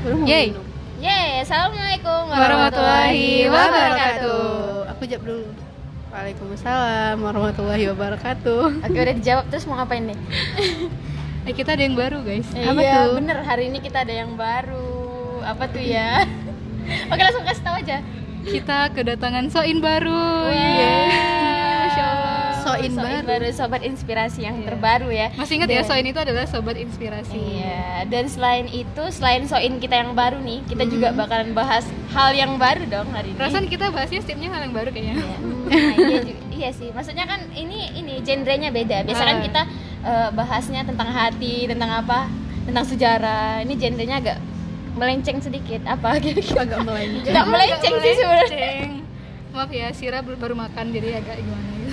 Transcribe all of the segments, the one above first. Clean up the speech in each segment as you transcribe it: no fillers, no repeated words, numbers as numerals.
Yeay. Assalamualaikum Warahmatullahi wabarakatuh. Aku jawab dulu. Waalaikumsalam warahmatullahi wabarakatuh. Oke, udah dijawab, terus mau ngapain nih? Kita ada yang baru guys. Apa Iya, tuh? bener, hari ini kita ada yang baru. Apa tuh ya? Oke, langsung kasih tahu aja. Kita kedatangan soin baru. Masya Allah. Soin baru. sobat inspirasi yang terbaru ya. Masih ingat ya, Dan- soin itu adalah sobat inspirasi. Iya, dan selain itu, selain soin kita yang baru nih, kita juga bakalan bahas hal yang baru dong hari ini. Perasaan kita bahasnya setiapnya hal yang baru kayaknya. Iya. Iya sih, maksudnya kan ini genrenya beda. Biasa kan kita bahasnya tentang hati, tentang apa, tentang sejarah. Ini genrenya agak melenceng sedikit. Apa kira-kira? Agak melenceng. Nggak melenceng sih sebenarnya. Melenceng. Maaf ya, Sira baru makan jadi agak gimana gitu.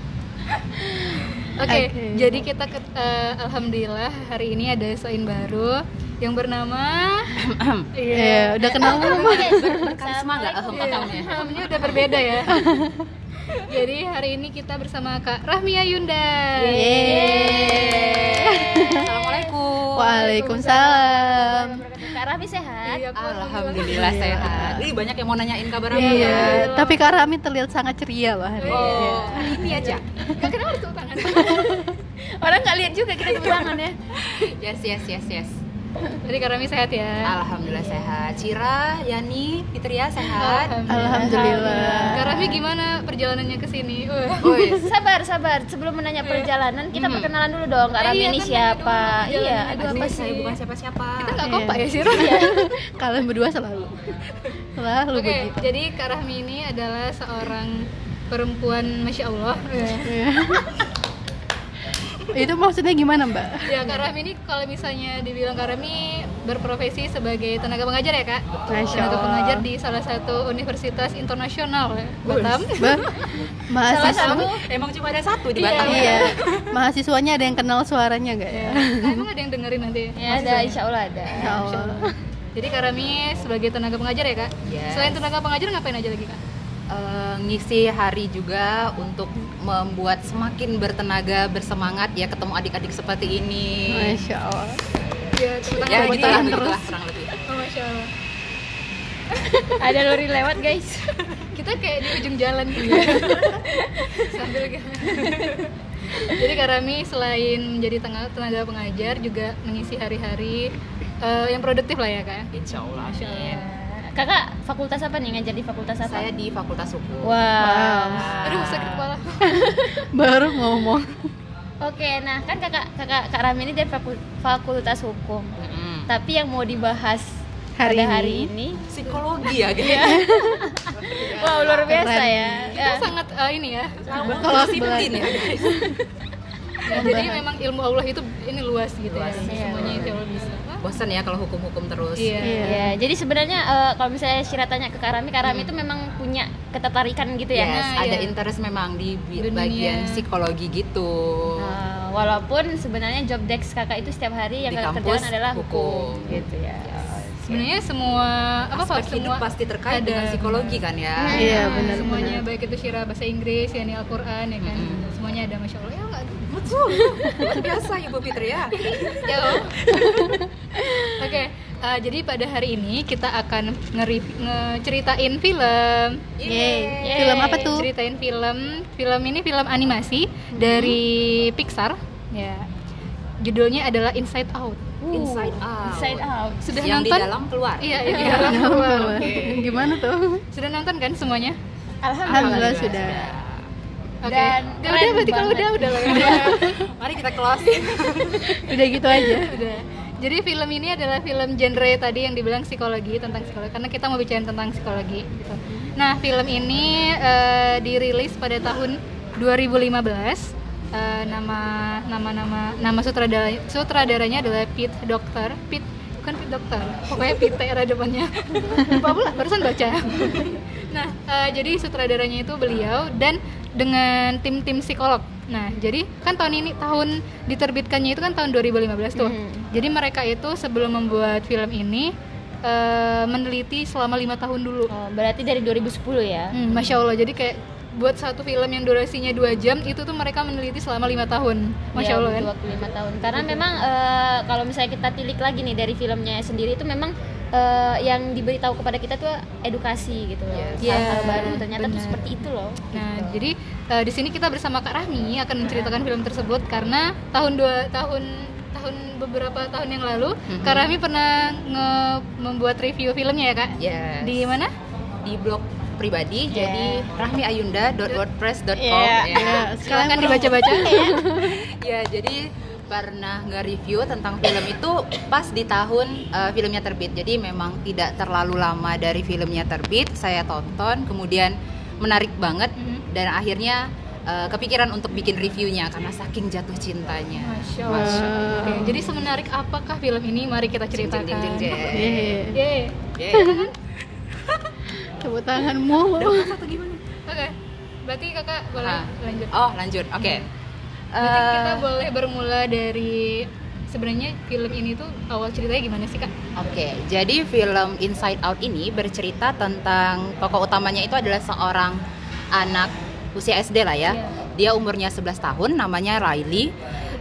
Oke, jadi kita alhamdulillah hari ini ada soin baru yang bernama Iya, udah kenal belum? Berkarisma nggak? Ahamnya udah berbeda ya. Jadi hari ini kita bersama Kak Rahmia Yunda. Assalamualaikum. Waalaikumsalam. Kak Raffi sehat? Iya, Kak. Alhamdulillah sehat. Ini banyak yang mau nanyain kabar apa? Iya, tapi Kak Rami terlihat sangat ceria loh hari ini. Oh, ini aja. Kenapa harus tepuk tangan? Orang nggak lihat juga kita tepuk tangan ya. Yes. Jadi Kak Rami sehat ya. Alhamdulillah sehat. Cira, Yani, Fitria sehat. Alhamdulillah. Kak Rami gimana perjalanannya ke sini? Woi, Sabar. Sebelum menanya perjalanan, kita perkenalan dulu dong. Kak Rami Iya, ini kan siapa? tanya dulu Iya, perjalanannya. aduh apa aduh, sih? saya bukan siapa-siapa. Kita nggak Iya. kompak ya Sira? Kalian berdua selalu Oke, begitu. jadi Kak Rahmi ini adalah seorang perempuan Masya Allah. Itu maksudnya gimana, Mbak? Ya, Kak Rahmi ini kalau misalnya dibilang Kak Rahmi berprofesi sebagai tenaga pengajar ya Kak? Masya Tenaga Allah. pengajar di salah satu universitas internasional ya, Batam. Salah Salah satu. satu. Emang cuma ada satu di Iya. Batam. Iya. Mahasiswanya ada yang kenal suaranya nggak ya? Emang ada yang dengerin nanti? Ya ada, insya Allah ada. Ya Allah. Jadi Kak Rahmi sebagai tenaga pengajar ya Kak? Yes. Selain tenaga pengajar ngapain aja lagi Kak? Ngisi hari juga untuk membuat semakin bertenaga, bersemangat ya ketemu adik-adik seperti ini. Masya Allah. Ya, tepuk Ya tangan. gitulah, terus. begitulah kurang lebih. Oh, Masya Allah. Ada lori lewat guys. Kita kayak di ujung jalan gitu sambil jadi Kak Rami selain menjadi tenaga pengajar juga mengisi hari-hari yang produktif lah ya Kak. Insya Allah. Iya. Kakak fakultas apa nih, ngajar di fakultas apa? Saya di Fakultas Hukum. Wow. Aduh sakit kepala. Baru ngomong. Oke, nah kan Kak Rami ini dari fakultas hukum. Mm-mm. Tapi yang mau dibahas Hari pada hari ini. ini, Psikologi ya guys. wow luar biasa Keren. ya. Kita sangat ini ya. Bertolak Disiplin ya belakang. guys. Ya, jadi memang ilmu Allah itu ini luas gitu Luas, ya. iya. Semuanya itu Allah bisa. Bosan ya kalau hukum-hukum terus. Iya. Ya, jadi sebenarnya kalau misalnya Syira tanya ke Kak Rami itu memang punya ketertarikan gitu ya. Yes, Nah, ada iya. interest memang di Dunia. bagian psikologi gitu. Walaupun sebenarnya job desk kakak itu setiap hari yang Di kakak kampus, kerjakan adalah hukum, hukum. gitu ya. Sebenarnya semua Aspek hidup pasti terkait dengan psikologi kan ya. Iya, benar, semuanya benar. baik itu syirah bahasa Inggris, yani Al-Qur'an ya kan. Mm-mm. Semuanya ada Masya Allah. Ya enggak Betul. Luar biasa Ibu Fitri ya. ya oh. Oke, jadi pada hari ini kita akan ngeceritain film. Yeay. Film apa tuh? Ceritain film. Film ini film animasi dari Pixar. Ya. Judulnya adalah Inside Out. Inside Out. Inside Out. Sudah Yang nonton? di dalam keluar. Iya, yang di dalam keluar. Gimana tuh? Sudah nonton kan semuanya? Alhamdulillah sudah. Oke. Dan Udah, keren berarti kalau banget. udah lah. Mari kita close. Udah gitu aja. Udah. Jadi film ini adalah film genre tadi yang dibilang psikologi, tentang psikologi karena kita mau bicara tentang psikologi gitu. Nah, film ini dirilis pada tahun 2015. Nama sutradaranya adalah Pete Docter. Bukan Pete Docter. Pokoknya Pete era depannya. Lupa pula, barusan baca. Nah, jadi sutradaranya itu beliau dan dengan tim psikolog. Nah, jadi kan tahun diterbitkannya itu kan tahun 2015 tuh. Jadi mereka itu sebelum membuat film ini meneliti selama 5 tahun dulu. Oh, berarti dari 2010 ya. Masya Allah, jadi kayak buat satu film yang durasinya 2 jam itu tuh mereka meneliti selama 5 tahun. Masya Allah kan? butuh waktu 5 tahun. Karena memang kalau misalnya kita tilik lagi nih dari filmnya sendiri itu memang yang diberitahu kepada kita tuh edukasi gitu loh. Hal-hal baru ternyata tuh seperti itu loh. Nah, jadi di sini kita bersama Kak Rahmi akan menceritakan film tersebut karena beberapa tahun yang lalu Kak Rahmi pernah membuat review filmnya ya Kak? Yes. Di mana? Di blog pribadi, jadi rahmiayunda.wordpress.com. Silakan dibaca-baca. Ya, jadi pernah nge-review tentang film itu pas di tahun filmnya terbit. Jadi memang tidak terlalu lama dari filmnya terbit, saya tonton, kemudian menarik banget dan akhirnya kepikiran untuk bikin reviewnya karena saking jatuh cintanya. Masya Allah. Oke, jadi semenarik apakah film ini? Mari kita ceritakan. Yeay. Tepuk tanganmu. Oke, berarti kakak boleh lanjut. Oh, lanjut. Oke. Berarti kita boleh bermula dari sebenarnya film ini tuh awal ceritanya gimana sih Kak? Oke, jadi film Inside Out ini bercerita tentang tokoh utamanya itu adalah seorang anak usia SD lah ya. Dia umurnya 11 tahun, namanya Riley.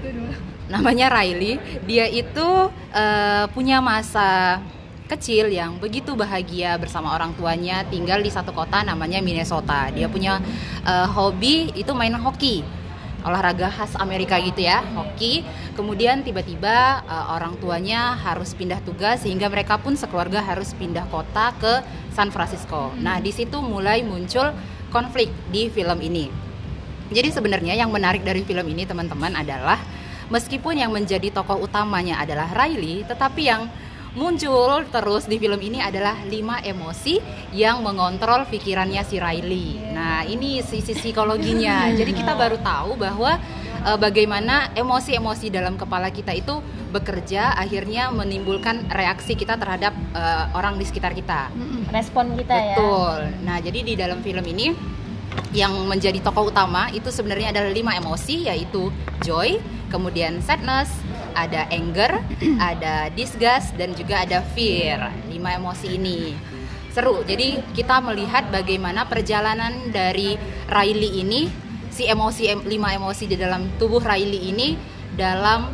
Dia itu punya masa kecil yang begitu bahagia bersama orang tuanya, tinggal di satu kota namanya Minnesota. Dia punya hobi itu main hoki, olahraga khas Amerika gitu ya, hoki. Kemudian tiba-tiba orang tuanya harus pindah tugas sehingga mereka pun sekeluarga harus pindah kota ke San Francisco. Nah, di situ mulai muncul konflik di film ini. Jadi sebenarnya yang menarik dari film ini teman-teman adalah meskipun yang menjadi tokoh utamanya adalah Riley, tetapi yang muncul terus di film ini adalah 5 emosi yang mengontrol pikirannya si Riley. Nah, ini sisi psikologinya. Jadi kita baru tahu bahwa bagaimana emosi-emosi dalam kepala kita itu bekerja akhirnya menimbulkan reaksi kita terhadap orang di sekitar kita. Respon kita ya. Betul. Nah, jadi di dalam film ini yang menjadi tokoh utama itu sebenarnya adalah 5 emosi, yaitu joy, kemudian sadness, ada anger, ada disgust, dan juga ada fear. 5 emosi ini seru. Jadi kita melihat bagaimana perjalanan dari Riley ini, si 5 emosi di dalam tubuh Riley ini dalam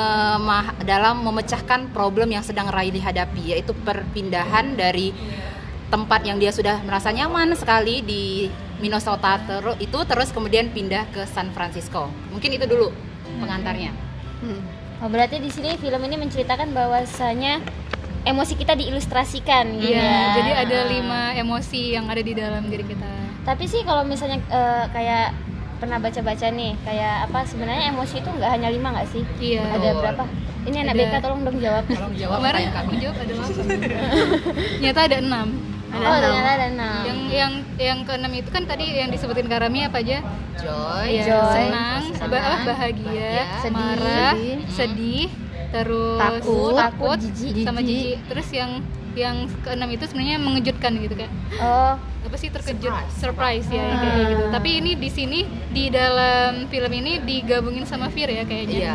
memecahkan problem yang sedang Riley hadapi, yaitu perpindahan dari tempat yang dia sudah merasa nyaman sekali di Minnesota terus kemudian pindah ke San Francisco. Mungkin itu dulu pengantarnya. Oh, berarti di sini film ini menceritakan bahwasanya emosi kita diilustrasikan gitu ya. Jadi ada 5 emosi yang ada di dalam diri kita. Tapi sih kalau misalnya kayak pernah baca-baca nih, kayak apa sebenarnya emosi itu nggak hanya 5 nggak sih? Iya. Ada berapa? Ini anak BK tolong dong jawab. Tolong jawab. Kemarin aku jawab ada 8. Ternyata ada 6. Ternyata ada 6. Yang ke-6 itu kan tadi yang disebutin Karami apa aja? Joy, Senang, bahagia, marah, sedih, terus takut, jijik. sama jijik. Terus yang ke-6 itu sebenarnya mengejutkan gitu kan. Oh, Apa sih terkejut, surprise ya kayak gitu. Tapi ini di sini di dalam film ini digabungin sama fear ya kayaknya. Iya.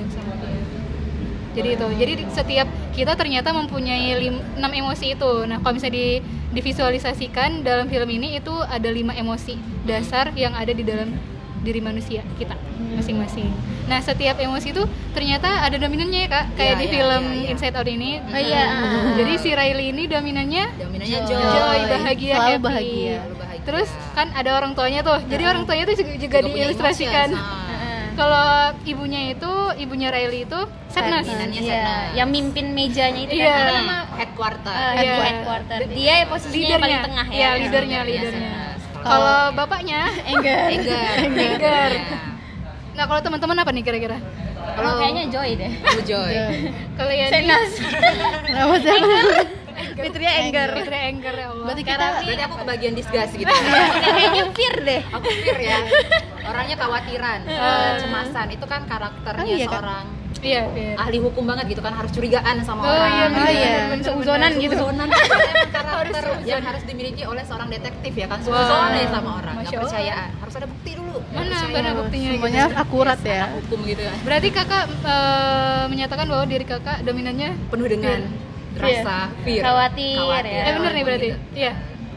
Jadi itu. Jadi setiap kita ternyata mempunyai 6 emosi itu. Nah, kalau misalnya divisualisasikan dalam film ini itu ada 5 emosi dasar yang ada di dalam diri manusia kita masing-masing. Nah, setiap emosi itu ternyata ada dominannya ya Kak, kayak di film Inside Out ini. oh iya. Jadi si Riley ini dominannya joy, bahagia, Selalu happy. bahagia. Terus kan ada orang tuanya tuh. Jadi orang tuanya tuh juga diilustrasikan. Kalau ibunya Riley itu sadness. Iya, yang mimpin mejanya itu Iya. kan apa nama headquarter. headquarter. Dia posisinya yang paling tengah ya. Iya, leadernya. Kalau bapaknya anger. Nah, kalau teman-teman apa nih kira-kira? Kalau kayaknya Joy deh. Joy. Kalau yang Kenapa sih? Fitria anger. Ya Allah. Berarti aku kebagian disgust gitu. Kayaknya fear deh. Aku fear ya. Orangnya khawatiran, cemasan. Itu kan karakternya seorang Iya. ahli hukum banget gitu kan, harus curigaan sama Oh orang. iya, Seuzonan gitu. Seuzonan itu emang karakter yang harus dimiliki oleh seorang detektif ya kan, seuzonan ya sama orang, nggak Masya Allah. percayaan, harus ada bukti dulu. Mana buktinya? Semuanya gitu? akurat ya. Hukum gitu kan, Berarti kakak menyatakan bahwa diri kakak dominannya penuh dengan rasa fear, Khawatir ya. bener nih berarti. gitu. Iya.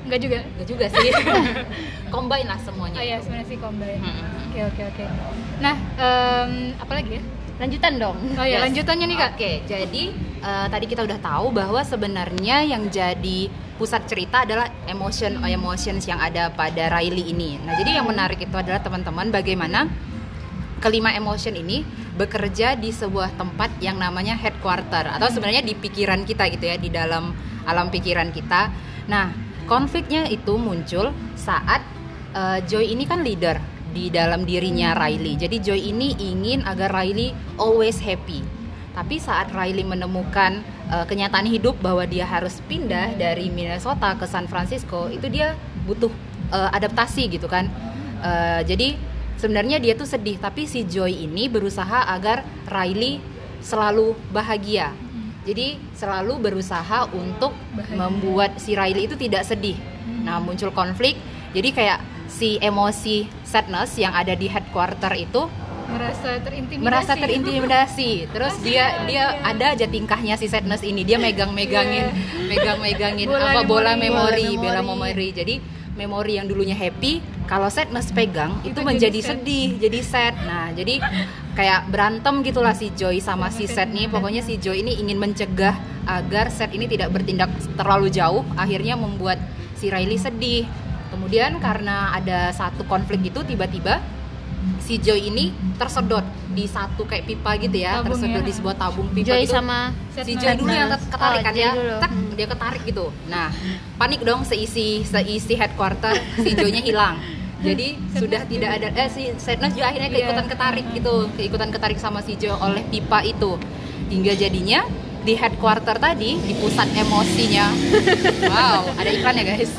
Enggak juga. Enggak juga sih. Combine lah semuanya. Oh iya, sebenarnya sih combine. Mm-mm. Oke. Nah, apa lagi ya? Lanjutan dong. Oh ya, Yes. lanjutannya nih Kak. Oke, jadi tadi kita udah tahu bahwa sebenarnya yang jadi pusat cerita adalah emotions yang ada pada Riley ini. Nah, jadi yang menarik itu adalah teman-teman bagaimana kelima emotion ini bekerja di sebuah tempat yang namanya headquarter atau sebenarnya di pikiran kita gitu ya, di dalam alam pikiran kita. Nah, konfliknya itu muncul saat Joy ini kan leader di dalam dirinya Riley. Jadi Joy ini ingin agar Riley always happy. Tapi saat Riley menemukan kenyataan hidup bahwa dia harus pindah dari Minnesota ke San Francisco, itu dia butuh adaptasi gitu kan. Jadi sebenarnya dia tuh sedih, tapi si Joy ini berusaha agar Riley selalu bahagia. Jadi selalu berusaha untuk membuat si Riley itu tidak sedih. Nah, muncul konflik. Jadi kayak si emosi sadness yang ada di headquarter itu merasa terintimidasi. Terus dia ada aja tingkahnya si sadness ini. Dia megangin bola memori. Jadi memori yang dulunya happy, kalau sadness pegang itu menjadi sedih, jadi sad. Nah, jadi kayak berantem gitulah si Joy sama si sad nih. Pokoknya si Joy ini ingin mencegah agar sad ini tidak bertindak terlalu jauh, akhirnya membuat si Riley sedih. Kemudian karena ada satu konflik itu, tiba-tiba si Joy ini tersedot di satu kayak pipa gitu ya, Tabung tersedot ya. di sebuah tabung pipa Joy gitu. sama Si Joy dulu yang ketarik kan Joy ya, dulu. tak dia ketarik gitu. Nah, panik dong seisi headquarter, si Joy-nya hilang. Jadi sudah tidak ada si Sadness juga akhirnya keikutan ketarik sama si Joy oleh pipa itu. Hingga jadinya di headquarter tadi, di pusat emosinya. Wow, ada iklan ya guys.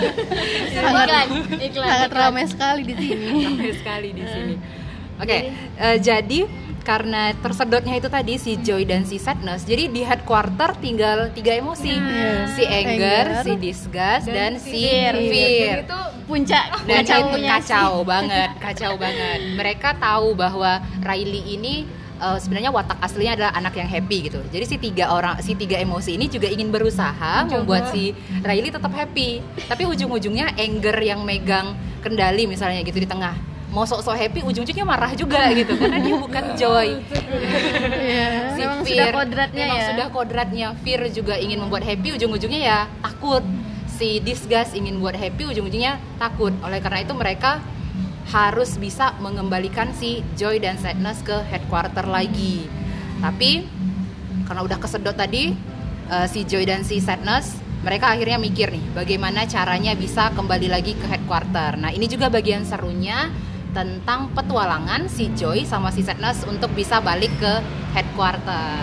Sangat ramai sekali di sini. Ramai sekali di sini. Oke, jadi karena tersedotnya itu tadi si Joy dan si Sadness, jadi di headquarter tinggal 3 emosi, si anger, si disgust, dan si fear. Itu puncak Dan itu kacaunya kacau banget. Mereka tahu bahwa Riley ini sebenarnya watak aslinya adalah anak yang happy gitu. Jadi si tiga emosi ini juga ingin berusaha membuat si Riley tetap happy. Tapi ujung-ujungnya anger yang megang kendali misalnya gitu di tengah. Mau sok-sok happy, ujung-ujungnya marah juga gitu karena dia bukan Joy. Si Memang Fear, sudah kodratnya memang ya. sudah kodratnya. Fear juga ingin membuat happy, ujung-ujungnya ya takut. Si Disgust ingin buat happy, ujung-ujungnya takut. Oleh karena itu mereka harus bisa mengembalikan si Joy dan Sadness ke headquarter lagi. Tapi karena udah kesedot tadi si Joy dan si Sadness, mereka akhirnya mikir nih bagaimana caranya bisa kembali lagi ke headquarter. Nah, ini juga bagian serunya tentang petualangan si Joy sama si Sadness untuk bisa balik ke headquarter.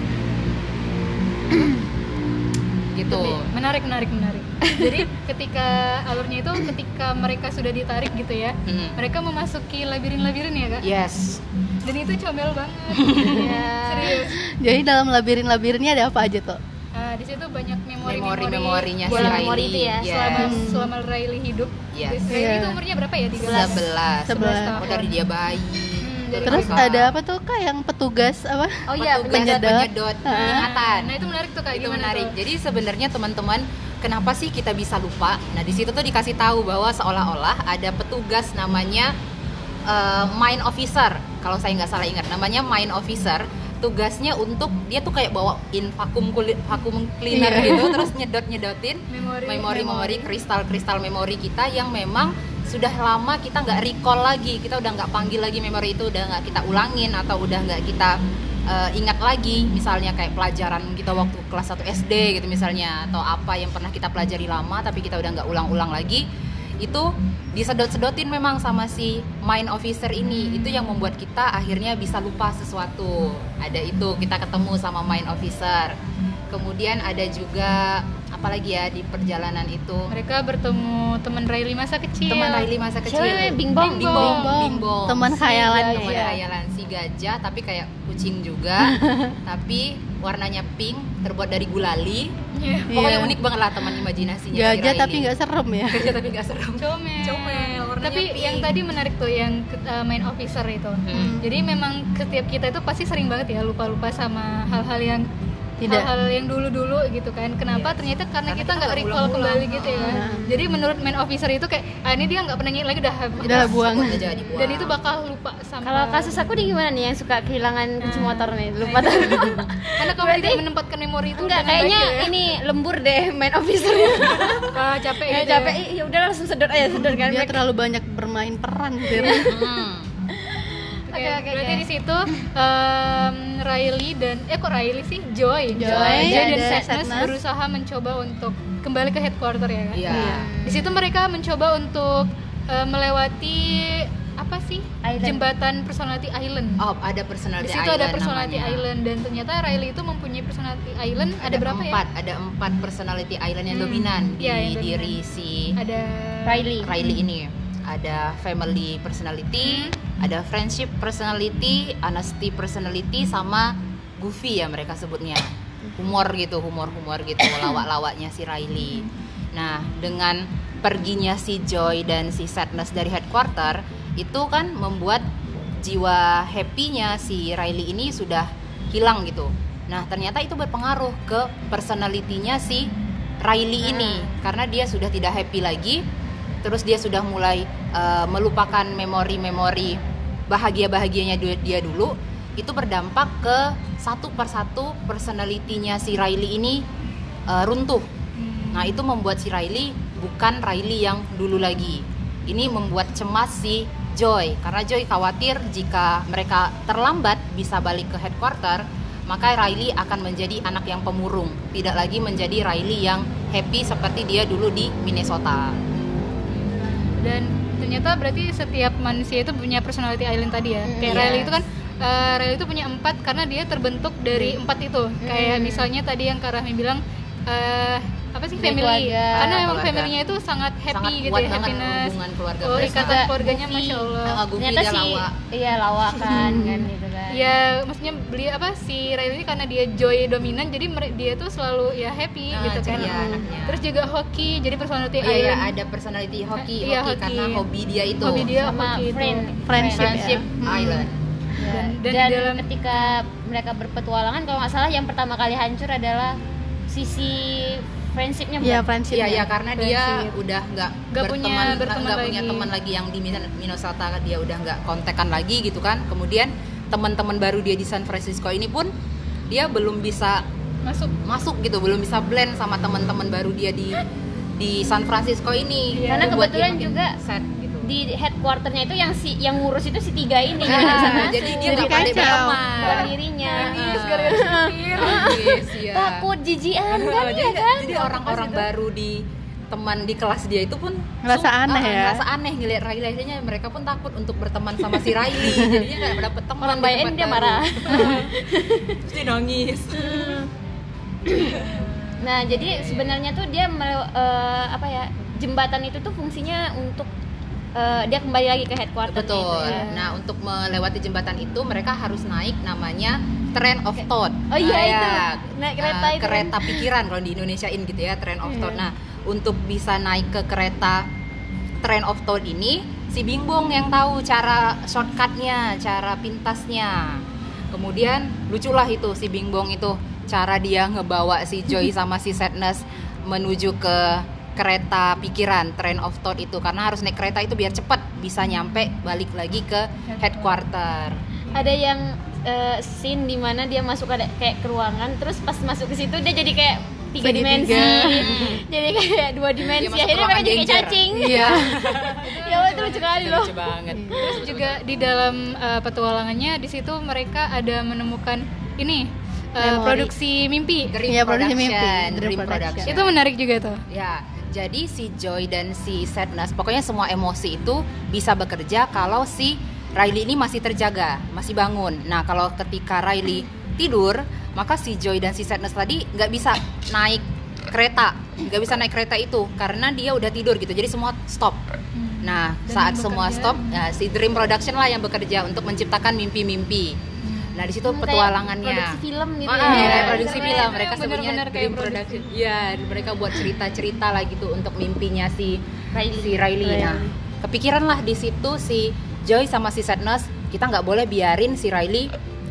Gitu. menarik. Jadi ketika alurnya itu ketika mereka sudah ditarik gitu ya, mereka memasuki labirin-labirin ya Kak. Yes. Dan itu comel banget. Serius. Jadi dalam labirin-labirinnya ada apa aja tuh? Di situ banyak Memorinya si bola Riley. memori itu ya, selama Riley hidup. Yes. Riley itu umurnya berapa ya? 11 11 Oh, dari dia bayi. Dari Terus mereka- ada apa tuh Kak yang petugas apa? Oh iya, penyedot ingatan. Nah, itu menarik tuh Kak. Itu Gimana menarik. tuh? Jadi sebenarnya teman-teman, kenapa sih kita bisa lupa? Nah, di situ tuh dikasih tahu bahwa seolah-olah ada petugas namanya mine officer. Kalau saya nggak salah ingat, namanya mine officer. Tugasnya untuk dia tuh kayak bawain vakum cleaner gitu, terus nyedotin memori kristal memori kita yang memang sudah lama kita nggak recall lagi, kita udah nggak panggil lagi memori itu, udah nggak kita ulangin atau udah nggak kita ingat lagi, misalnya kayak pelajaran kita waktu kelas 1 SD gitu misalnya, atau apa yang pernah kita pelajari lama tapi kita udah nggak ulang-ulang lagi, itu disedot-sedotin memang sama si mind officer ini. Itu yang membuat kita akhirnya bisa lupa sesuatu. Ada itu, kita ketemu sama mind officer. Kemudian ada juga apalagi ya di perjalanan itu, Mereka bertemu teman Riley masa kecil. teman Riley masa kecil. Cewek, Bingbong. Bingbong. Teman khayalannya. Teman khayalan si gajah tapi kayak kucing juga. Tapi warnanya pink, terbuat dari gulali. Iya. Pokoknya Iya. unik banget lah teman imajinasinya si Gajah Riley. tapi nggak serem ya. Gajah tapi nggak serem. Comel. warnanya Tapi pink. yang tadi menarik tuh yang main officer itu. Jadi memang setiap kita itu pasti sering banget ya lupa-lupa sama hal-hal yang Tidak. hal-hal yang dulu-dulu gitu kan. Kenapa? Ternyata karena kita nggak recall kembali gitu ya kan. Jadi menurut main officer itu kayak ini dia nggak pernah nginget lagi, udah habis. Udah buang. Aja dibuang. Dan itu bakal lupa sama. Kalau kasus aku nih gimana nih yang suka kehilangan kunci motor nih, lupa tahu. Karena kamu tidak menempatkan memori itu. Enggak, dengan kayaknya baik ya. ini lembur deh main officernya. Capek Ya gitu. capek, ya udah langsung sedot aja sedot kan. Dia terlalu banyak bermain peran gitu. Oke, Oke, berarti oke. di situ Riley dan kok Riley sih Joy dan dan Sadness Sadness. berusaha mencoba untuk kembali ke headquarter ya kan. Iya. Di situ mereka mencoba untuk melewati apa sih? Island. Jembatan Personality Island. Oh, ada Di personality situ island ada Personality namanya. Island dan ternyata Riley itu mempunyai Personality Island ada berapa empat, ya? Ada 4 personality island yang dominan di Iya, yang diri dominan. si Ada Riley ini. Ada family personality, ada friendship personality, honesty personality, sama goofy ya mereka sebutnya. Humor gitu, humor gitu lawak-lawaknya si Riley. Nah, dengan perginya si Joy dan si Sadness dari headquarter itu kan membuat jiwa happy-nya si Riley ini sudah hilang gitu. Nah, ternyata itu berpengaruh ke personality-nya si Riley ini karena dia sudah tidak happy lagi. Terus dia sudah mulai melupakan memori-memori bahagia-bahagianya dia dulu. Itu berdampak ke satu persatu personality-nya si Riley ini runtuh. Nah, itu membuat si Riley bukan Riley yang dulu lagi. Ini membuat cemas si Joy karena Joy khawatir jika mereka terlambat bisa balik ke headquarter, maka Riley akan menjadi anak yang pemurung, tidak lagi menjadi Riley yang happy seperti dia dulu di Minnesota. dan ternyata berarti setiap manusia itu punya personality island tadi ya. Kayak Yes. Riley itu kan Riley itu punya 4 karena dia terbentuk dari 4 itu. Kayak misalnya tadi yang Kak Rahmi bilang apa sih, Dari family. keluarga. Karena memang Keluarga. family-nya itu sangat happy Sangat gitu kuat ya, banget happiness. hubungan keluarga Oh, mereka. ikatan Juga keluarganya goofy. Masya Allah. Goofy Ternyata dia sih lawak. iya lawak kan gitu kan. Ya, maksudnya beli apa si Riley ini karena dia joy dominan, jadi dia tuh selalu ya happy gitu kan. ceria anaknya. Terus juga hoki, jadi personality Iya, island. ada personality hoki, Iya, hoki hoki. karena hobi dia itu. Hobi dia Sama hoki itu. Friendship Island. Ya. Dan Dan, di dalam- ketika mereka berpetualangan, kalau nggak salah yang pertama kali hancur adalah sisi friendshipnya. Iya, bukan? friendship. Iya, ya karena dia Friendship. udah nggak Nggak punya berteman nggak punya lagi. teman lagi yang di Minnesota, dia udah nggak kontekan lagi gitu kan. Kemudian teman-teman baru dia di San Francisco ini pun dia belum bisa masuk gitu, belum bisa blend sama teman-teman baru dia di San Francisco ini. Karena Itu buat dia kebetulan makin juga sad gitu. di headquarternya itu yang ngurus itu si tiga ini Nah, yang bisa masuk. jadi dia Jadi nggak pandai kacau. berteman. buat dirinya. Yes, iya. Takut jijian kan jadi, ya kan? jadi orang-orang baru di teman di kelas dia itu pun Ngerasa aneh ya? ngerasa aneh ngeliat Riley-nya, mereka pun takut untuk berteman sama si Riley. Jadinya nggak dapet teman. Orang di bayain tempat dia baru. marah. Terus dia nangis. Nah, jadi sebenarnya tuh dia apa ya? Jembatan itu tuh fungsinya untuk dia kembali lagi ke headquarter. Betul. Gitu, ya. Nah, untuk melewati jembatan itu mereka harus naik namanya Train of Thought. Oh iya, Nah, itu. ya, Naik kereta itu. kereta pikiran kalau di Indonesiain gitu ya, Train of Thought. Nah, untuk bisa naik ke kereta Train of Thought ini, si Bingbong yang tahu cara shortcutnya, cara pintasnya. Kemudian luculah itu si Bingbong itu, cara dia ngebawa si Joy sama si Sadness menuju ke kereta pikiran Train of Thought itu, karena harus naik kereta itu biar cepat bisa nyampe balik lagi ke headquarter. Ada yang scene di mana dia masuk ada kayak ke ruangan, terus pas masuk ke situ dia jadi kayak tiga dimensi. Jadi kayak 2 dimensi. Dia masuk Akhirnya ruangan mereka jadi kayak danger. cacing. Iya. Ya Allah, itu lucu kali loh. Lucu banget. Terus juga di dalam petualangannya di situ mereka ada menemukan ini Memori. produksi mimpi. Dream Iya, produksi mimpi. Production. Dream Dream Production. Production. Itu menarik juga tuh. Ya, jadi si Joy dan si Sadness, pokoknya semua emosi itu bisa bekerja kalau si Riley ini masih terjaga, masih bangun. Nah, kalau ketika Riley tidur, maka si Joy dan si Sadness tadi nggak bisa naik kereta itu karena dia udah tidur gitu. Jadi semua stop. Nah, Dan saat yang semua bekerja- stop, ya, si Dream Production lah yang bekerja untuk menciptakan mimpi-mimpi. Nah, di situ Kayak petualangannya. produksi film gitu Ah, ya. kayak produksi Keren. film, mereka Bener-bener sebutnya kayak Dream produksi. Production. Iya, mereka buat cerita-cerita lah gitu untuk mimpinya si Riley. Riley. Nah, kepikiran lah di situ si Joy sama si Sadness, kita nggak boleh biarin si Riley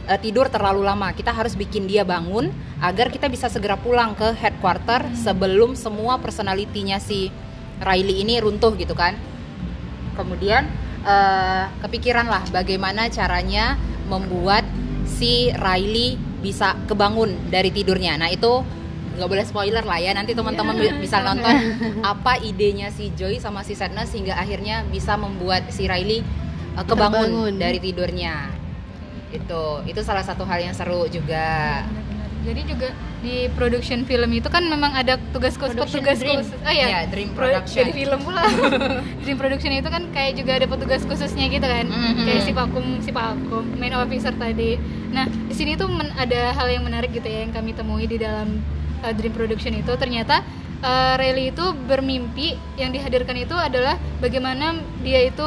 tidur terlalu lama. Kita harus bikin dia bangun agar kita bisa segera pulang ke headquarter sebelum semua personalitinya si Riley ini runtuh gitu kan. Kemudian kepikiran lah bagaimana caranya membuat si Riley bisa kebangun dari tidurnya. Nah itu nggak boleh spoiler lah ya, nanti teman-teman bisa nonton apa idenya si Joy sama si Sadness hingga akhirnya bisa membuat si Riley kebangun Terbangun. dari tidurnya. Itu salah satu hal yang seru juga. Benar-benar. Jadi juga di production film itu kan memang ada tugas khusus. Oh Iya, Dream Production. Jadi film pula. Dream Production itu kan kayak juga ada petugas khususnya gitu kan. Kayak si Pakum, main officer tadi. Nah, di sini tuh ada hal yang menarik gitu ya yang kami temui di dalam Dream Production itu. Ternyata Riley itu bermimpi, yang dihadirkan itu adalah bagaimana dia itu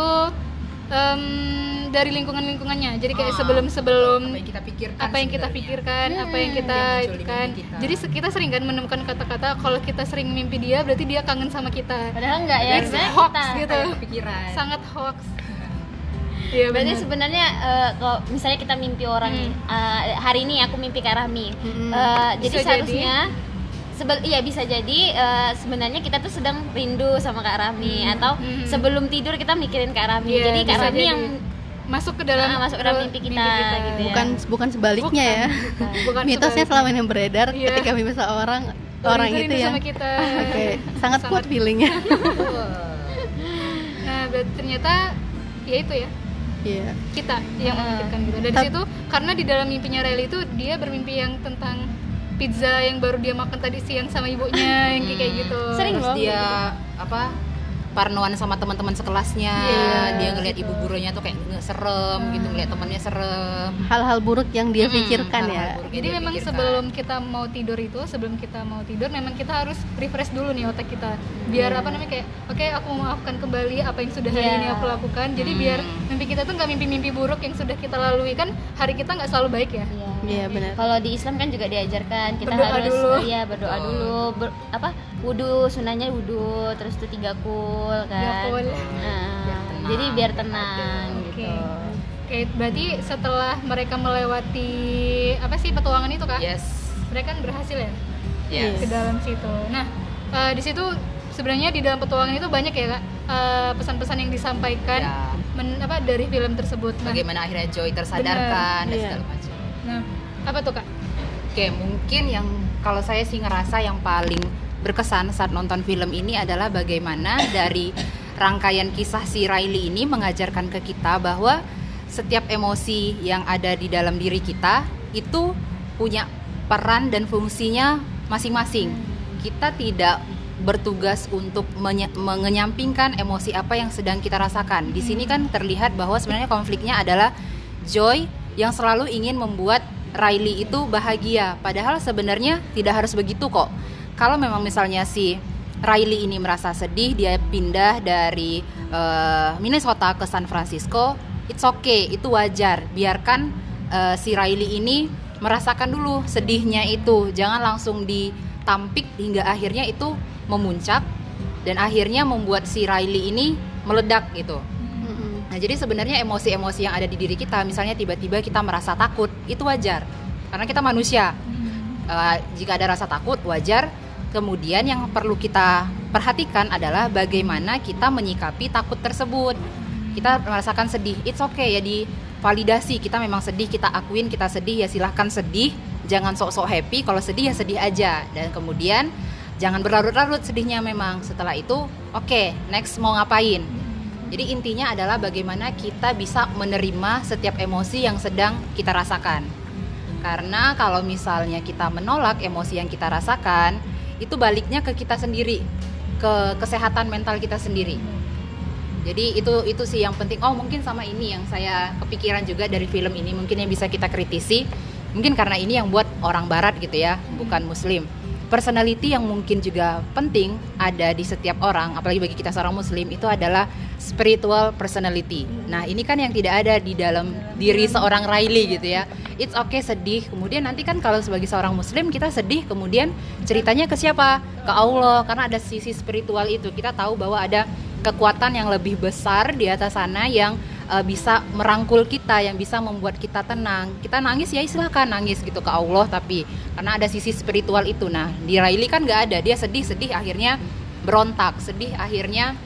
dari lingkungannya. Jadi kayak sebelum apa yang kita pikirkan, apa yang kita pikirkan, apa yang kita yang muncul di kan. mimpi kita. Jadi kita sering kan menemukan kata-kata kalau kita sering mimpi dia berarti dia kangen sama kita. Padahal enggak ya, It's sebenarnya hoax kita gitu. Kepikiran. Sangat hoax. Iya berarti benar. sebenarnya kalau misalnya kita mimpi orang hari ini aku mimpi Kak Rahmi, jadi Bisa seharusnya bisa jadi sebenarnya kita tuh sedang rindu sama Kak Rahmi atau sebelum tidur kita mikirin Kak Rahmi. Iya, Jadi Kak bisa Rahmi jadi. yang masuk ke dalam mimpi kita gitu ya. Bukan sebaliknya ya. Bukan Mitosnya sebaliknya. selama ini yang beredar Iya. ketika mimpi seorang Orang itu rindu yang sama kita. Oke, sangat kuat feelingnya. Nah, berarti ternyata ya itu ya. Iya. Kita yang memikirkan gitu. Dan di situ karena di dalam mimpinya Riley itu dia bermimpi yang tentang pizza yang baru dia makan tadi siang sama ibunya yang kayak gitu. Sering Terus loh. dia parnoan sama teman-teman sekelasnya. Iya, Dia ngelihat ibu gurunya tuh kayak serem gitu, ngelihat temannya serem. Hal-hal buruk yang dia pikirkan hal-hal ya. buruk yang Jadi dia memang pikirkan. sebelum kita mau tidur memang kita harus refresh dulu nih otak kita. Biar kayak oke, aku memaafkan kembali apa yang sudah hari Iya. ini aku lakukan. Jadi biar mimpi kita tuh nggak mimpi-mimpi buruk yang sudah kita lalui, kan hari kita nggak selalu baik ya. Iya, benar. Kalau di Islam kan juga diajarkan kita Berdoa harus dulu. berdoa dulu, wudu, sunahnya wudu, terus tuh 3 kul kan. 3 kul. Nah, jadi biar tenang Oke. gitu. Oke, berarti setelah mereka melewati petualangan itu Kak, Yes. mereka kan berhasil ya Yes. ke dalam situ. Nah, di situ sebenarnya di dalam petualangan itu banyak ya Kak pesan-pesan yang disampaikan Ya. dari film tersebut. Nah, Bagaimana akhirnya Joy tersadarkan dan Iya. segala macam. nah, apa tuh Kak? Oke, mungkin yang kalau saya sih ngerasa yang paling berkesan saat nonton film ini adalah bagaimana dari rangkaian kisah si Riley ini mengajarkan ke kita bahwa setiap emosi yang ada di dalam diri kita itu punya peran dan fungsinya masing-masing. Kita tidak bertugas untuk mengenyampingkan emosi apa yang sedang kita rasakan. Di sini kan terlihat bahwa sebenarnya konfliknya adalah Joy yang selalu ingin membuat Riley itu bahagia, padahal sebenarnya tidak harus begitu kok. Kalau memang misalnya si Riley ini merasa sedih, dia pindah dari Minnesota ke San Francisco, it's okay, itu wajar. Biarkan si Riley ini merasakan dulu sedihnya itu, jangan langsung ditampik hingga akhirnya itu memuncak dan akhirnya membuat si Riley ini meledak gitu. Nah, jadi sebenarnya emosi-emosi yang ada di diri kita, misalnya tiba-tiba kita merasa takut, itu wajar, karena kita manusia. Jika ada rasa takut, wajar. Kemudian yang perlu kita perhatikan adalah bagaimana kita menyikapi takut tersebut. Kita merasakan sedih, it's okay ya, divalidasi. Kita memang sedih, kita akuin kita sedih, ya silahkan sedih. Jangan sok-sok happy, kalau sedih ya sedih aja. Dan kemudian jangan berlarut-larut sedihnya memang. Setelah itu, oke, next mau ngapain? Jadi intinya adalah bagaimana kita bisa menerima setiap emosi yang sedang kita rasakan. Karena kalau misalnya kita menolak emosi yang kita rasakan, itu baliknya ke kita sendiri, ke kesehatan mental kita sendiri. Jadi itu sih yang penting. Oh, mungkin sama ini yang saya kepikiran juga dari film ini, mungkin yang bisa kita kritisi. Mungkin karena ini yang buat orang barat gitu ya, bukan muslim. Personality yang mungkin juga penting ada di setiap orang, apalagi bagi kita seorang muslim, itu adalah spiritual personality. Nah, ini kan yang tidak ada di dalam diri seorang Riley gitu ya. It's okay sedih, kemudian nanti kan kalau sebagai seorang muslim kita sedih, kemudian ceritanya ke siapa? Ke Allah, karena ada sisi spiritual itu. Kita tahu bahwa ada kekuatan yang lebih besar di atas sana yang bisa merangkul kita, yang bisa membuat kita tenang. Kita nangis ya silakan nangis gitu ke Allah, tapi karena ada sisi spiritual itu. Nah di Riley kan nggak ada, dia sedih akhirnya berontak, sedih akhirnya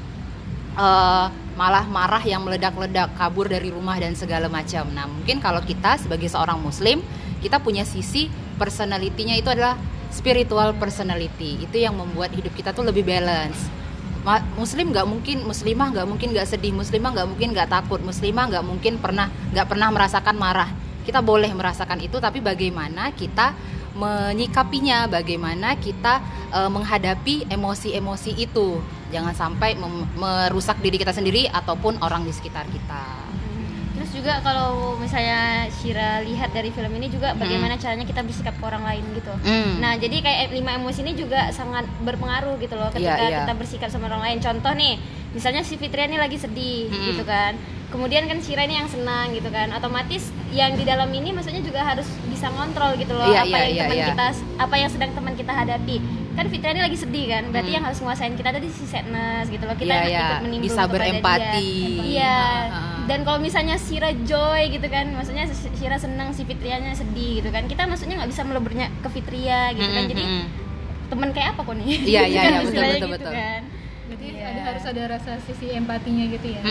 malah marah yang meledak-ledak, kabur dari rumah dan segala macam. Nah mungkin kalau kita sebagai seorang muslim, kita punya sisi personality-nya itu adalah spiritual personality. Itu yang membuat hidup kita tuh lebih balance. Muslim nggak mungkin, muslimah nggak mungkin nggak sedih, muslimah nggak mungkin nggak takut, muslimah nggak mungkin nggak pernah merasakan marah. Kita boleh merasakan itu, tapi bagaimana kita menyikapinya, bagaimana kita menghadapi emosi-emosi itu. Jangan sampai merusak diri kita sendiri ataupun orang di sekitar kita. Terus juga kalau misalnya Shira lihat dari film ini juga bagaimana caranya kita bersikap ke orang lain gitu. Nah jadi kayak 5 emosi ini juga sangat berpengaruh gitu loh ketika kita bersikap sama orang lain. Contoh nih, misalnya si Fitria ini lagi sedih gitu kan, kemudian kan Shira ini yang senang gitu kan, otomatis yang di dalam ini maksudnya juga harus bisa ngontrol gitu loh apa yang sedang teman kita hadapi. Kan Fitria ini lagi sedih kan, berarti yang harus nguasain kita tadi si sadness gitu loh, kita ikut menimbrung bisa berempati. Iya. Dan kalau misalnya Shira joy gitu kan, maksudnya Shira senang, si Fitrianya sedih gitu kan, kita maksudnya nggak bisa melebernya ke Fitria gitu kan. Jadi teman kayak apa kok nih? Iya betul. Betul. Kan? Berarti harus ada rasa sisi empatinya gitu ya.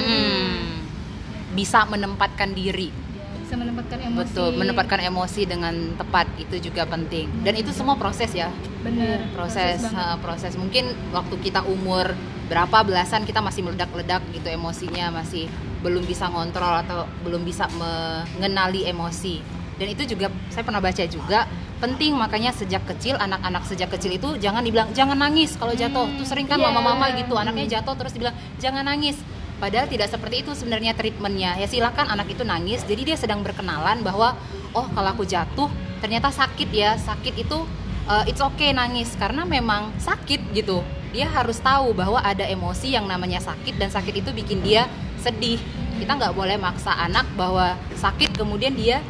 Bisa menempatkan diri. Bisa menempatkan emosi. Betul, menempatkan emosi dengan tepat itu juga penting. Dan itu semua proses ya. Benar. Proses. Mungkin waktu kita umur berapa belasan kita masih meledak-ledak gitu emosinya, masih belum bisa ngontrol atau belum bisa mengenali emosi. Dan itu juga saya pernah baca juga penting, makanya sejak kecil, anak-anak sejak kecil itu jangan dibilang jangan nangis kalau jatuh. Tuh sering kan mama-mama gitu, anaknya jatuh terus dibilang jangan nangis. Padahal tidak seperti itu sebenarnya treatmentnya. Ya silakan anak itu nangis, jadi dia sedang berkenalan bahwa oh kalau aku jatuh ternyata sakit ya. Sakit itu it's okay nangis karena memang sakit gitu. Dia harus tahu bahwa ada emosi yang namanya sakit, dan sakit itu bikin dia sedih. Kita nggak boleh maksa anak bahwa sakit kemudian dia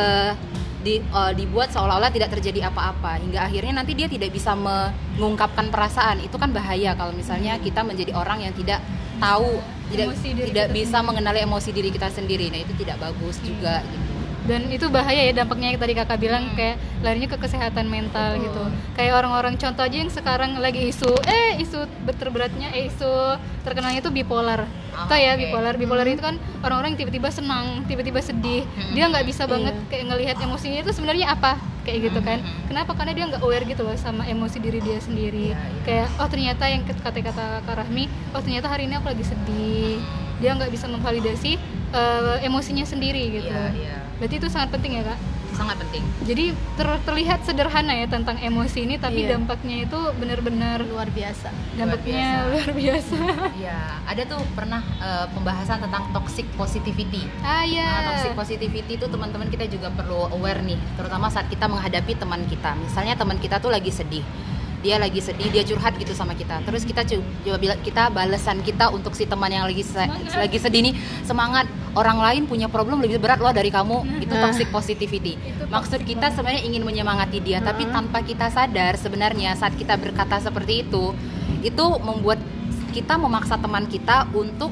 dibuat seolah-olah tidak terjadi apa-apa, hingga akhirnya nanti dia tidak bisa mengungkapkan perasaan. Itu kan bahaya kalau misalnya kita menjadi orang yang tidak tahu, tidak bisa mengenali emosi diri kita sendiri. Nah itu tidak bagus juga gitu. Dan itu bahaya ya dampaknya yang tadi kakak bilang, kayak larinya ke kesehatan mental gitu. Kayak orang-orang contoh aja yang sekarang lagi isu terberatnya isu terkenalnya itu bipolar. Tahu ya bipolar itu kan orang-orang yang tiba-tiba senang, tiba-tiba sedih. Dia nggak bisa banget kayak ngelihat emosinya itu sebenarnya apa kayak gitu kan. Kenapa? Karena dia nggak aware gitu loh sama emosi diri dia sendiri. Kayak oh ternyata yang kata Kak Rahmi, oh ternyata hari ini aku lagi sedih. Dia nggak bisa memvalidasi emosinya sendiri gitu. Berarti itu sangat penting ya Kak? Sangat penting. Jadi terlihat sederhana ya tentang emosi ini, tapi dampaknya itu benar-benar luar biasa. Dampaknya luar biasa. Iya, ada tuh pernah pembahasan tentang toxic positivity. Toxic positivity itu teman-teman kita juga perlu aware nih, terutama saat kita menghadapi teman kita. Misalnya teman kita tuh lagi sedih. Dia lagi sedih, dia curhat gitu sama kita. Terus kita coba bilang, kita balasan kita untuk si teman yang lagi sedih nih, semangat. Orang lain punya problem lebih berat loh dari kamu. Itu toxic positivity. Maksud kita sebenarnya ingin menyemangati dia, tapi tanpa kita sadar sebenarnya saat kita berkata seperti itu membuat kita memaksa teman kita untuk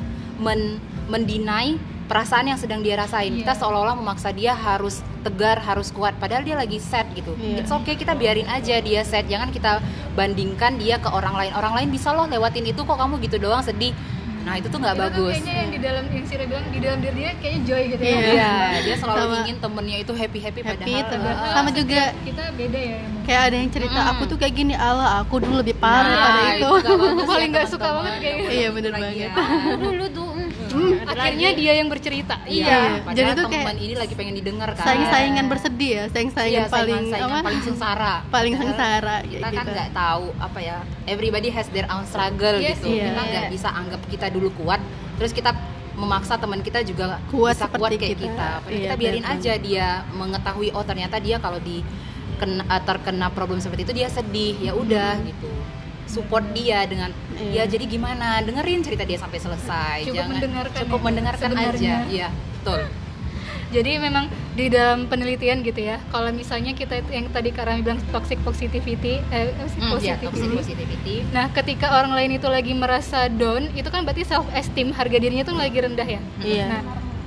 mendinai perasaan yang sedang dia rasain. Kita seolah-olah memaksa dia harus tegar, harus kuat, padahal dia lagi sad gitu. It's okay, kita biarin aja dia sad. Jangan kita bandingkan dia ke orang lain. Orang lain bisa loh lewatin itu, kok kamu gitu doang sedih. Nah itu tuh nggak bagus. Kayaknya yang di dalam yang Sira bilang di dalam diri dia kayaknya joy gitu ya. Iya, dia selalu ingin temennya itu happy padahal sama juga kita beda ya. Kayak ada yang cerita aku tuh kayak gini, Allah aku dulu lebih parah pada itu. Paling nggak suka banget kayak gitu. Iya bener banget. Dulu tuh akhirnya dia yang bercerita. Padahal jadi tuh teman kayak ini lagi pengen didengar kan. Saing-saingan bersedih ya, saing-saingan paling sengsara. Paling sengsara. Kita kan nggak tahu apa ya. Everybody has their own struggle gitu. Kita nggak bisa anggap kita dulu kuat, terus kita memaksa teman kita juga kuat bisa kuat kayak kita. Kita biarin aja dia mengetahui, oh ternyata dia kalau terkena problem seperti itu dia sedih, ya udah gitu. Support dia dengan ya jadi gimana, dengerin cerita dia sampai selesai. Cukup mendengarkan aja. Iya, betul. Jadi memang di dalam penelitian gitu ya, kalau misalnya kita yang tadi Kak Rami bilang toxic positivity, positivity. Nah, ketika orang lain itu lagi merasa down, itu kan berarti self esteem, harga dirinya tuh lagi rendah ya. Iya. Nah,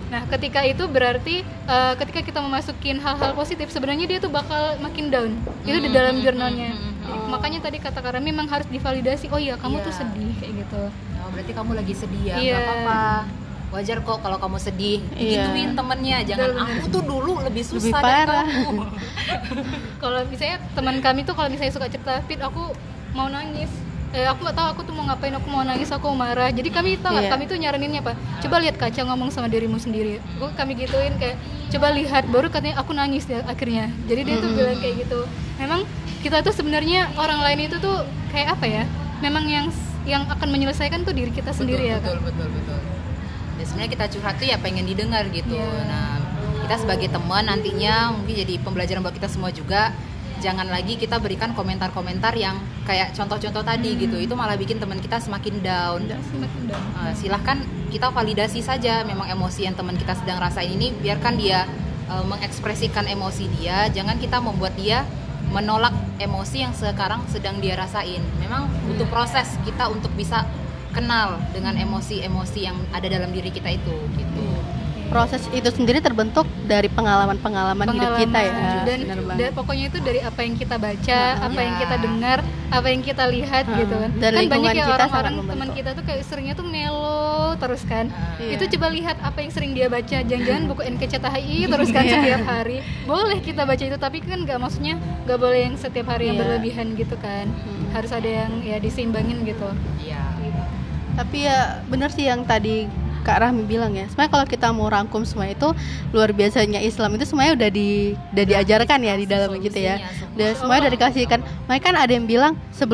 Nah, ketika itu berarti ketika kita memasukin hal-hal positif, sebenarnya dia tuh bakal makin down. Itu di dalam jurnalnya. Makanya tadi kata Kara memang harus divalidasi. Oh iya, kamu tuh sedih kayak gitu. Oh, berarti kamu lagi sedih ya, Iya. nggak apa-apa. Wajar kok kalau kamu sedih. Iya. Gituin temennya, jangan Betul, aku tuh dulu lebih susah Lebih dari parah. kamu. Kalau misalnya teman kami tuh kalau misalnya suka cerita, Fit aku mau nangis. Aku nggak tahu aku tuh mau ngapain, aku mau nangis, aku mau marah. Jadi kami tahu nggak, Iya. kami tuh nyaraninnya apa? Coba lihat kaca, ngomong sama dirimu sendiri. Kami gituin kayak coba lihat, baru katanya aku nangis ya akhirnya. Jadi dia tuh bilang kayak gitu. Memang kita tuh sebenarnya orang lain itu tuh kayak apa ya? Memang yang akan menyelesaikan tuh diri kita sendiri ya kan. Betul. Dan sebenarnya kita curhat tuh ya pengen didengar gitu. Iya. Nah, kita sebagai teman nantinya mungkin jadi pembelajaran buat kita semua juga. Jangan lagi kita berikan komentar-komentar yang kayak contoh-contoh tadi gitu. Itu malah bikin teman kita semakin down. Semakin down. Silahkan kita validasi saja memang emosi yang teman kita sedang rasain ini, biarkan dia mengekspresikan emosi dia. Jangan kita membuat dia menolak emosi yang sekarang sedang dia rasain. Memang butuh proses kita untuk bisa kenal dengan emosi-emosi yang ada dalam diri kita itu gitu. Proses itu sendiri terbentuk dari pengalaman-pengalaman hidup kita ya. dan, Benar banget. dan pokoknya itu dari apa yang kita baca, apa yang Ya. kita dengar, apa yang kita lihat gitu kan. Dan Kan lingkungan banyak ya kita orang-orang sangat teman membentuk. kita tuh kayak seringnya tuh melo terus kan. Iya. Itu coba lihat apa yang sering dia baca, jangan-jangan buku NKCTHI terus kan Iya. setiap hari. Boleh kita baca itu, tapi kan nggak, maksudnya nggak boleh yang setiap hari yang Iya. berlebihan gitu kan. Harus ada yang ya diseimbangin gitu. Iya. Tapi ya benar sih yang tadi Kak Rahmi bilang ya. Sebenarnya kalau kita mau rangkum semua itu, luar biasanya Islam itu semuanya udah diajarkan ya di dalam gitu ya. Udah semuanya udah dikasihkan. Makanya kan ada yang bilang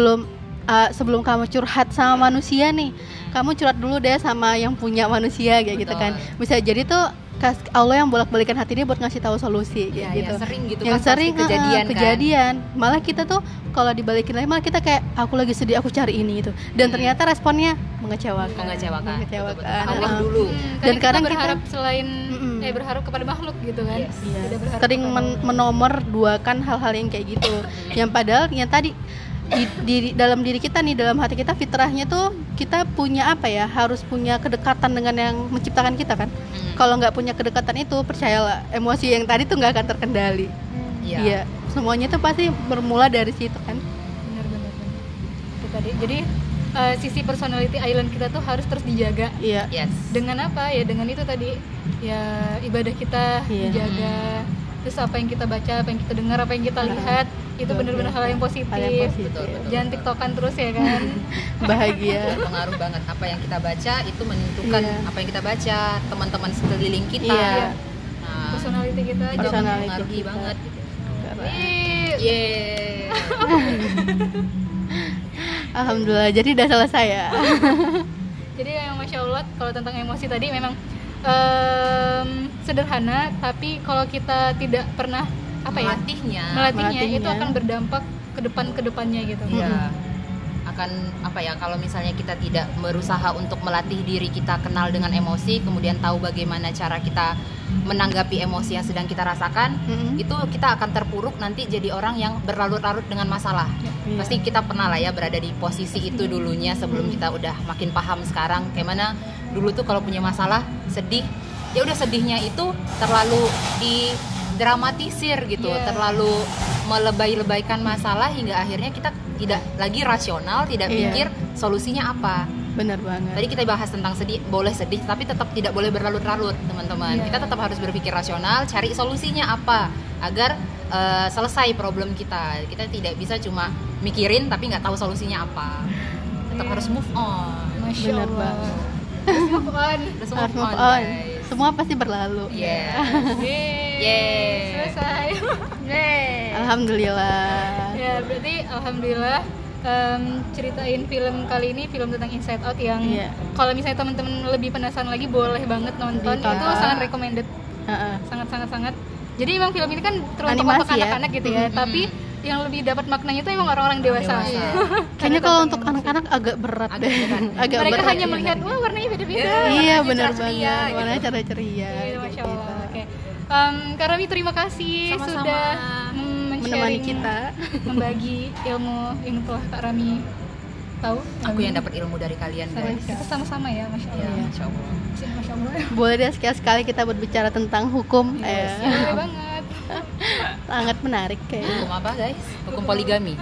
sebelum kamu curhat sama manusia nih, kamu curhat dulu deh sama yang punya manusia kayak gitu kan. Bisa jadi tuh Allah yang bolak-balikan hati dia buat ngasih tahu solusi kayak Ya, gitu. yang sering gitu Yang kan sering pasti kejadian kan. kejadian. Malah kita tuh kalau dibalikin lagi malah kita kayak aku lagi sedih, aku cari ini itu. Dan ternyata responnya mengecewakan. Mengecewakan. Mengecewakan. Betul-betul. Allah Heeh. dulu. Dan Kadang kadang kita kita berharap selain Mm-mm. berharap kepada makhluk gitu kan. Yes. Iya, Tidak berharap sering kepada menomor duakan hal-hal yang kayak gitu. Yang padahal yang tadi di dalam diri kita nih, dalam hati kita, fitrahnya tuh kita punya apa ya, harus punya kedekatan dengan yang menciptakan kita kan. Kalau nggak punya kedekatan itu, percayalah emosi yang tadi tuh nggak akan terkendali. Iya. Iya, semuanya tuh pasti bermula dari situ kan. benar. Itu tadi. Jadi sisi personality island kita tuh harus terus dijaga. Iya. Yes. Dengan apa ya? Dengan itu tadi ya, ibadah kita Iya. dijaga. Terus apa yang kita baca, apa yang kita dengar, apa yang kita lihat, itu Luar benar-benar biasa. hal yang positif. Hal yang positif. Betul. Jangan tiktokan terus ya kan. Bahagia. Pengaruh banget apa yang kita baca itu menentukan Iya. apa yang kita baca, teman-teman sekeliling kita. Iya. Nah, Personality kita itu jangan Personality mempengaruhi kita. banget. Ih, Yeay. Alhamdulillah, jadi udah selesai ya. Jadi memang Masya Allah kalau tentang emosi tadi memang sederhana, tapi kalau kita tidak pernah Melatihnya. melatihnya itu Melatihnya. akan berdampak ke depannya gitu. Iya. Akan apa ya, kalau misalnya kita tidak berusaha untuk melatih diri kita kenal dengan emosi, kemudian tahu bagaimana cara kita menanggapi emosi yang sedang kita rasakan, Mm-mm. itu kita akan terpuruk nanti jadi orang yang berlarut-larut dengan masalah. Iya. Pasti kita pernah lah ya berada di posisi itu dulunya sebelum kita udah makin paham sekarang kayak mana dulu tuh kalau punya masalah sedih, ya udah sedihnya itu terlalu didramatisir gitu, Iya. terlalu melebay-lebaykan masalah hingga akhirnya kita tidak lagi rasional, tidak Iya. pikir solusinya apa. Benar banget. Tadi kita bahas tentang sedih, boleh sedih tapi tetap tidak boleh berlarut-larut, teman-teman. Iya. Kita tetap harus berpikir rasional, cari solusinya apa agar selesai problem kita. Kita tidak bisa cuma mikirin tapi nggak tahu solusinya apa. Tetap Iya. harus move on. Masya Benar Allah. banget. Terus move on. Harus Harus move move on, on. guys. Semua pasti berlalu. Yeah. Yeay. Selesai. Alhamdulillah. Ya berarti alhamdulillah ceritain film kali ini, film tentang Inside Out yang Iya. kalau misalnya teman-teman lebih penasaran lagi boleh banget nonton. Ditonton. Itu sangat recommended, Heeh. sangat. Jadi memang film ini kan teruntuk Animasi untuk ya? anak-anak gitu ya, tapi yang lebih dapat maknanya itu emang orang-orang dewasa. Dewasa. Kayaknya kalau untuk anak-anak agak berat Agak deh. berat. Agak Mereka berat. hanya melihat wah warnanya beda-beda. Ya. Iya, warnanya benar ceria-ceria banget. gitu. Warnanya cara ceria. Iya, Masya gitu. Allah. Oke. Kak Rami terima kasih Sama-sama. sudah Menemani men-sharing, kita. membagi ilmu yang telah Kak Rami tahu. Aku yang dapat ilmu dari kalian guys. Kita sama-sama ya, masya Ya, Allah. Masya Allah. Masya Allah. Boleh deh sekali-sekali kita berbicara tentang hukum. Boleh banget. Sangat menarik kayaknya. Hukum apa guys? Hukum poligami.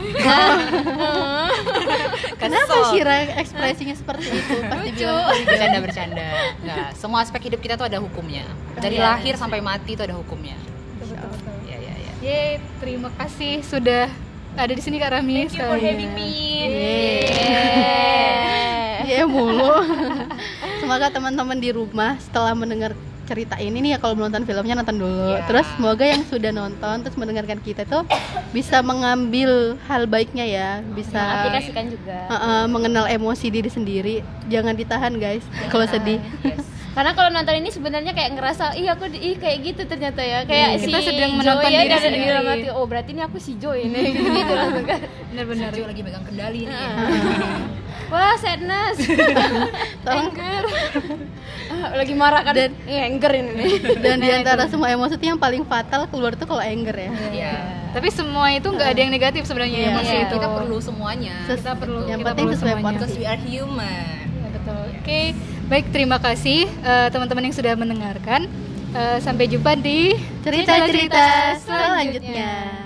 Kenapa Syira ekspresinya seperti itu? Pasti bilang Bercanda-bercanda. Enggak, semua aspek hidup kita tuh ada hukumnya. Dari lahir sampai mati tuh ada hukumnya. Betul-betul. Ya, ya, ya. Yeay, terima kasih sudah ada di sini Kak Rami. Thank you for having me. Iya mulu. Semoga teman-teman di rumah setelah mendengar cerita ini nih ya, kalau belum nonton filmnya nonton dulu. Ya. Terus semoga yang sudah nonton terus mendengarkan kita tuh bisa mengambil hal baiknya ya, bisa Aplikasikan juga. mengenal emosi diri sendiri. Jangan ditahan guys kalau sedih. Yes. Karena kalau nonton ini sebenarnya kayak ngerasa, aku kayak gitu ternyata ya. Kayak Kita si sedang Joy menonton ya, diri dan sendiri. dalam hati, oh berarti ini aku si Joy ini gitu langsung kan. Benar-benar. Joe lagi megang kendali nih. Wah, sadness. Tolong. Lagi marah kan. Dan- anger ini. Dan di antara semua emosi itu yang paling fatal keluar tuh kalau anger ya. Iya. Tapi semua itu nggak ada yang negatif sebenarnya Iya. emosi Iya. itu. Kita perlu semuanya. Kita perlu. Yang kita penting perlu sesuai semuanya. podcast. Because we are human. Ya, betul. Oke, baik, terima kasih teman-teman yang sudah mendengarkan. Sampai jumpa di Cerita-cerita selanjutnya.